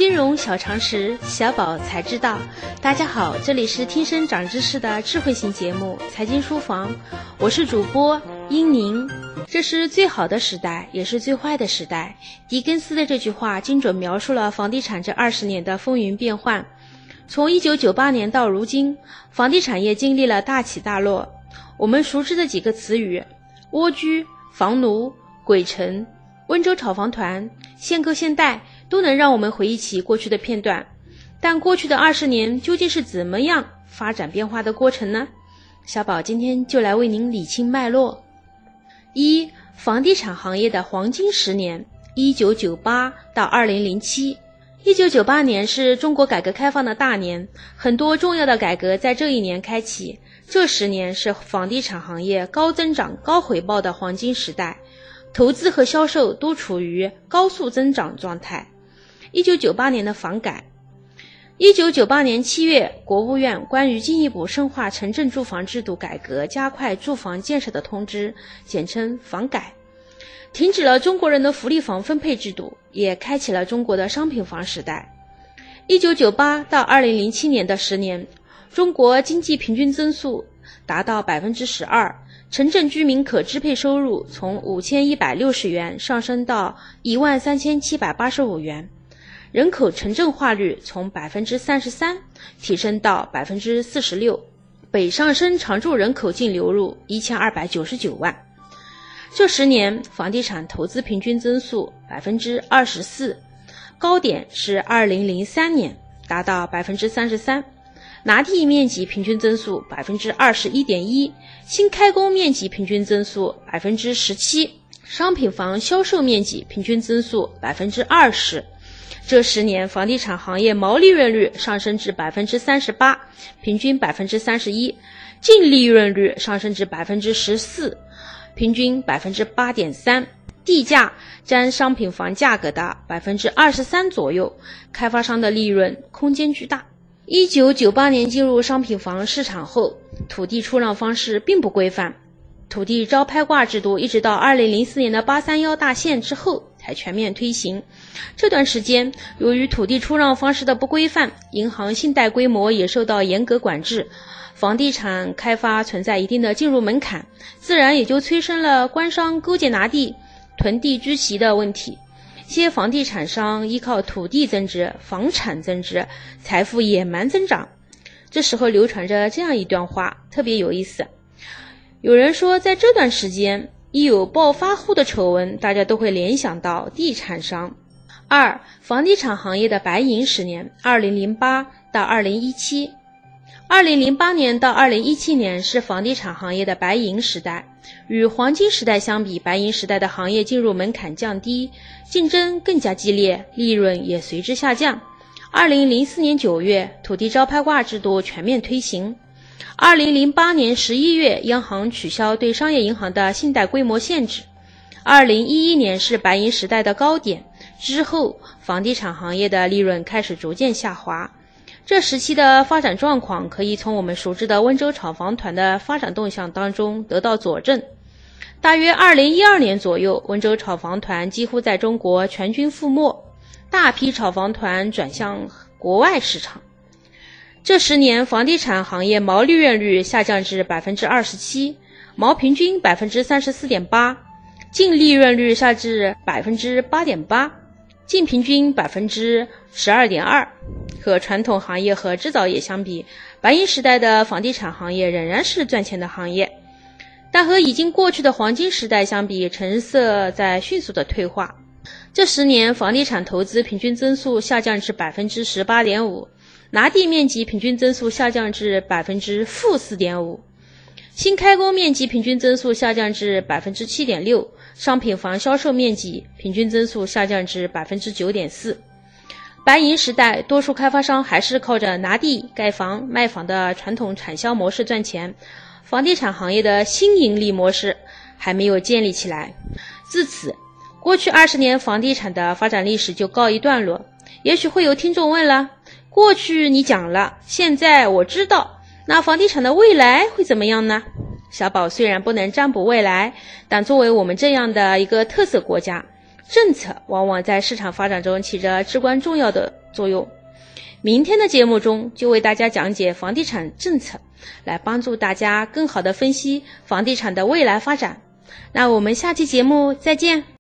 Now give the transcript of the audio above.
金融小常识，小宝才知道。大家好，这里是听声长知识的智慧型节目《财经书房》，我是主播英宁。这是最好的时代，也是最坏的时代。狄更斯的这句话精准描述了房地产这20年的风云变幻。从1998年到如今，房地产业经历了大起大落。我们熟知的几个词语：蜗居、房奴、鬼城、温州炒房团、限购限贷，都能让我们回忆起过去的片段。但过去的20年究竟是怎么样发展变化的过程呢？小宝今天就来为您理清脉络。一、房地产行业的黄金10年，1998到2007。1998年是中国改革开放的大年，很多重要的改革在这一年开启。这10年是房地产行业高增长、高回报的黄金时代，投资和销售都处于高速增长状态。1998年的房改。1998年7月，国务院关于进一步深化城镇住房制度改革、加快住房建设的通知，简称房改，停止了中国人的福利房分配制度，也开启了中国的商品房时代。1998到2007年的10年，中国经济平均增速达到 12%， 城镇居民可支配收入从5160元上升到13785元，人口城镇化率从 33% 提升到 46%， 北上深常住人口净流入1299万。这10年房地产投资平均增速 24%， 高点是2003年达到 33%， 拿地面积平均增速 21.1%， 新开工面积平均增速 17%， 商品房销售面积平均增速 20%。这10年房地产行业毛利润率上升至 38%， 平均 31%， 净利润率上升至 14%， 平均 8.3%， 地价占商品房价格的 23% 左右，开发商的利润空间巨大。1998年进入商品房市场后，土地出让方式并不规范，土地招拍挂制度一直到2004年的831大限之后才全面推行。这段时间，由于土地出让方式的不规范，银行信贷规模也受到严格管制，房地产开发存在一定的进入门槛，自然也就催生了官商勾结拿地、囤地居奇的问题。些房地产商依靠土地增值、房产增值，财富野蛮增长。这时候流传着这样一段话，特别有意思。有人说，在这段时间，一有暴发户的丑闻，大家都会联想到地产商。2、房地产行业的白银10年，2008到2017。2008年到2017年是房地产行业的白银时代，与黄金时代相比，白银时代的行业进入门槛降低，竞争更加激烈，利润也随之下降。2004年9月，土地招拍挂制度全面推行。2008年11月，央行取消对商业银行的信贷规模限制。2011年是白银时代的高点，之后房地产行业的利润开始逐渐下滑。这时期的发展状况可以从我们熟知的温州炒房团的发展动向当中得到佐证。大约2012年左右，温州炒房团几乎在中国全军覆没，大批炒房团转向国外市场。这10年房地产行业毛利润率下降至 27%， 毛平均 34.8%， 净利润率下至 8.8%， 净平均 12.2%。和传统行业和制造业相比，白银时代的房地产行业仍然是赚钱的行业，但和已经过去的黄金时代相比，成色在迅速的退化。这10年房地产投资平均增速下降至 18.5%， 拿地面积平均增速下降至 -4.5%， 新开工面积平均增速下降至 7.6%， 商品房销售面积平均增速下降至 9.4%。白银时代，多数开发商还是靠着拿地、盖房、卖房的传统产销模式赚钱，房地产行业的新盈利模式还没有建立起来。自此，过去20年房地产的发展历史就告一段落。也许会有听众问了，过去你讲了，现在我知道，那房地产的未来会怎么样呢？小宝虽然不能占卜未来，但作为我们这样的一个特色国家，政策往往在市场发展中起着至关重要的作用。明天的节目中就为大家讲解房地产政策，来帮助大家更好地分析房地产的未来发展。那我们下期节目再见。